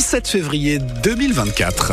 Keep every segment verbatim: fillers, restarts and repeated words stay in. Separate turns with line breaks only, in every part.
sept février deux mille vingt-quatre.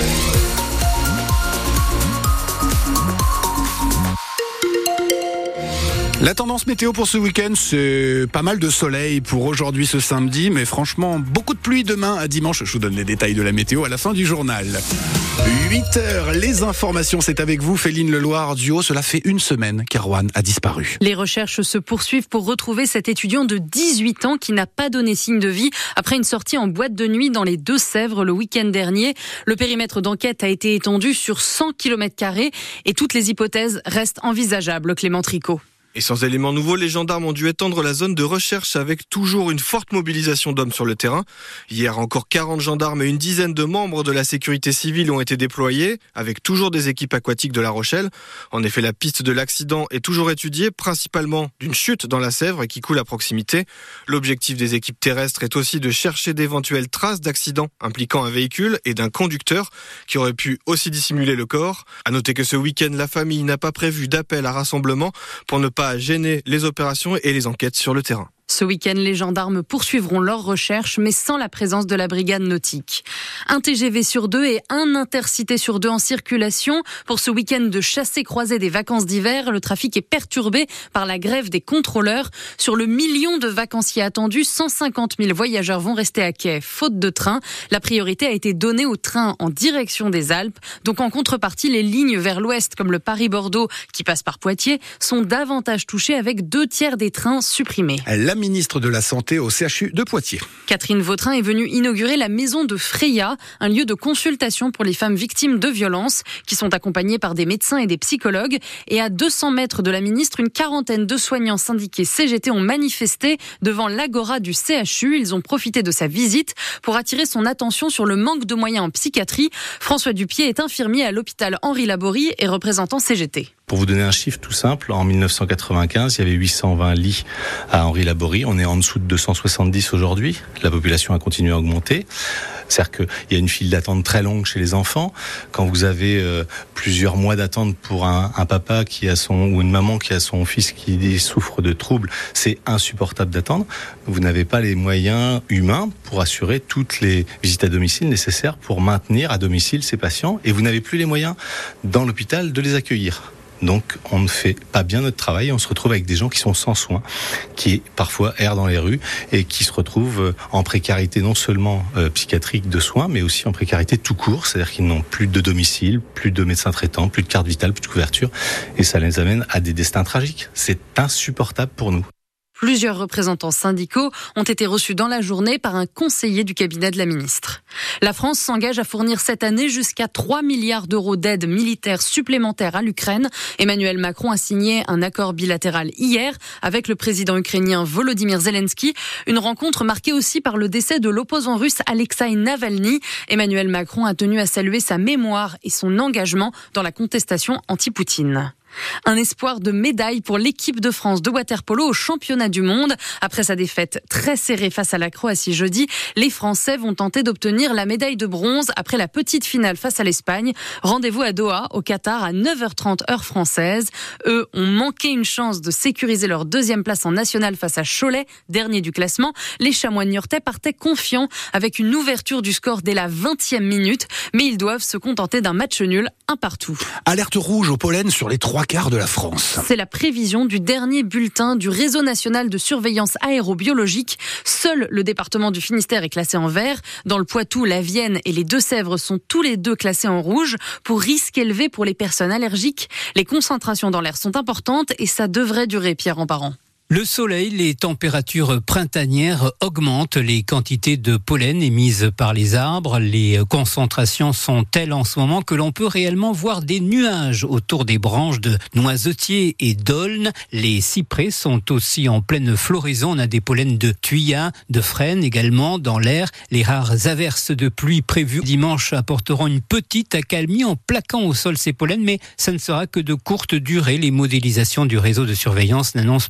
La tendance météo pour ce week-end, c'est pas mal de soleil pour aujourd'hui ce samedi, mais franchement, beaucoup de pluie demain à dimanche. Je vous donne les détails de la météo à la fin du journal. huit heures, les informations, c'est avec vous, Féline Leloir du Haut. Cela fait une semaine qu'Erwan a disparu.
Les recherches se poursuivent pour retrouver cet étudiant de dix-huit ans qui n'a pas donné signe de vie après une sortie en boîte de nuit dans les Deux-Sèvres le week-end dernier. Le périmètre d'enquête a été étendu sur cent kilomètres carrés et toutes les hypothèses restent envisageables, Clément Tricot.
Et sans éléments nouveaux, les gendarmes ont dû étendre la zone de recherche avec toujours une forte mobilisation d'hommes sur le terrain. Hier, encore quarante gendarmes et une dizaine de membres de la sécurité civile ont été déployés, avec toujours des équipes aquatiques de La Rochelle. En effet, la piste de l'accident est toujours étudiée, principalement d'une chute dans la Sèvre qui coule à proximité. L'objectif des équipes terrestres est aussi de chercher d'éventuelles traces d'accident impliquant un véhicule et d'un conducteur qui aurait pu aussi dissimuler le corps. À noter que ce week-end, la famille n'a pas prévu d'appel à rassemblement pour ne pas à gêner les opérations et les enquêtes sur le terrain.
Ce week-end, les gendarmes poursuivront leurs recherches, mais sans la présence de la brigade nautique. Un T G V sur deux et un intercité sur deux en circulation. Pour ce week-end de chassé-croisé des vacances d'hiver, le trafic est perturbé par la grève des contrôleurs. Sur le million de vacanciers attendus, cent cinquante mille voyageurs vont rester à quai, faute de train. La priorité a été donnée aux trains en direction des Alpes. Donc en contrepartie, les lignes vers l'ouest, comme le Paris-Bordeaux, qui passe par Poitiers, sont davantage touchées avec deux tiers des trains supprimés.
La ministre de la Santé au C H U de Poitiers.
Catherine Vautrin est venue inaugurer la maison de Freya, un lieu de consultation pour les femmes victimes de violences qui sont accompagnées par des médecins et des psychologues. Et à deux cents mètres de la ministre, une quarantaine de soignants syndiqués C G T ont manifesté devant l'agora du C H U. Ils ont profité de sa visite pour attirer son attention sur le manque de moyens en psychiatrie. François Dupier est infirmier à l'hôpital Henri Laborie et représentant C G T.
Pour vous donner un chiffre tout simple, en mille neuf cent quatre-vingt-quinze, il y avait huit cent vingt lits à Henri Laborie. On est en dessous de deux cent soixante-dix aujourd'hui. La population a continué à augmenter. C'est-à-dire qu'il y a une file d'attente très longue chez les enfants. Quand vous avez euh, plusieurs mois d'attente pour un, un papa qui a son, ou une maman qui a son fils qui souffre de troubles, c'est insupportable d'attendre. Vous n'avez pas les moyens humains pour assurer toutes les visites à domicile nécessaires pour maintenir à domicile ces patients. Et vous n'avez plus les moyens dans l'hôpital de les accueillir. Donc on ne fait pas bien notre travail et on se retrouve avec des gens qui sont sans soins, qui parfois errent dans les rues et qui se retrouvent en précarité non seulement euh, psychiatrique de soins, mais aussi en précarité tout court, c'est-à-dire qu'ils n'ont plus de domicile, plus de médecin traitant, plus de carte vitale, plus de couverture, et ça les amène à des destins tragiques. C'est insupportable pour nous.
Plusieurs représentants syndicaux ont été reçus dans la journée par un conseiller du cabinet de la ministre. La France s'engage à fournir cette année jusqu'à trois milliards d'euros d'aide militaire supplémentaire à l'Ukraine. Emmanuel Macron a signé un accord bilatéral hier avec le président ukrainien Volodymyr Zelensky. Une rencontre marquée aussi par le décès de l'opposant russe Alexeï Navalny. Emmanuel Macron a tenu à saluer sa mémoire et son engagement dans la contestation anti-Poutine. Un espoir de médaille pour l'équipe de France de water-polo au championnat du monde. Après sa défaite très serrée face à la Croatie jeudi, les Français vont tenter d'obtenir la médaille de bronze après la petite finale face à l'Espagne. Rendez-vous à Doha, au Qatar, à neuf heures trente heure française. Eux ont manqué une chance de sécuriser leur deuxième place en national face à Cholet, dernier du classement. Les Chamois niortais partaient confiants avec une ouverture du score dès la vingtième minute, mais ils doivent se contenter d'un match nul, un partout.
Alerte rouge au pollen sur les trois quarts de la France.
C'est la prévision du dernier bulletin du Réseau national de surveillance aérobiologique. Seul le département du Finistère est classé en vert. Dans le Poitou, la Vienne et les Deux-Sèvres sont tous les deux classés en rouge pour risque élevé pour les personnes allergiques. Les concentrations dans l'air sont importantes et ça devrait durer, Pierre Emparent.
Le soleil, les températures printanières augmentent, les quantités de pollen émises par les arbres, les concentrations sont telles en ce moment que l'on peut réellement voir des nuages autour des branches de noisetiers et d'aulnes. Les cyprès sont aussi en pleine floraison, on a des pollens de thuya, de frêne également dans l'air. Les rares averses de pluie prévues dimanche apporteront une petite accalmie en plaquant au sol ces pollens, mais ça ne sera que de courte durée. Les modélisations du réseau de surveillance n'annoncent pas de véritable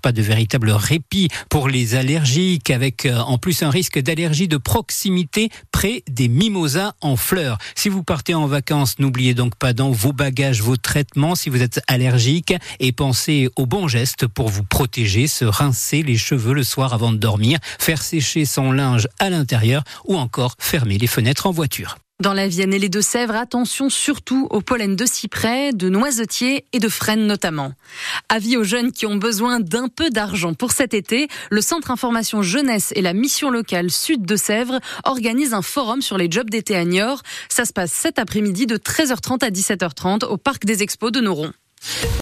véritable répit pour les allergiques, avec euh, en plus un risque d'allergie de proximité près des mimosas en fleurs. Si vous partez en vacances, n'oubliez donc pas dans vos bagages vos traitements si vous êtes allergique, et pensez aux bons gestes pour vous protéger, se rincer les cheveux le soir avant de dormir, faire sécher son linge à l'intérieur ou encore fermer les fenêtres en voiture.
Dans la Vienne et les Deux-Sèvres, attention surtout au pollen de cyprès, de noisetier et de frêne notamment. Avis aux jeunes qui ont besoin d'un peu d'argent pour cet été, le Centre Information Jeunesse et la mission locale Sud de Sèvres organisent un forum sur les jobs d'été à Niort. Ça se passe cet après-midi de treize heures trente à dix-sept heures trente au Parc des Expos de Noron.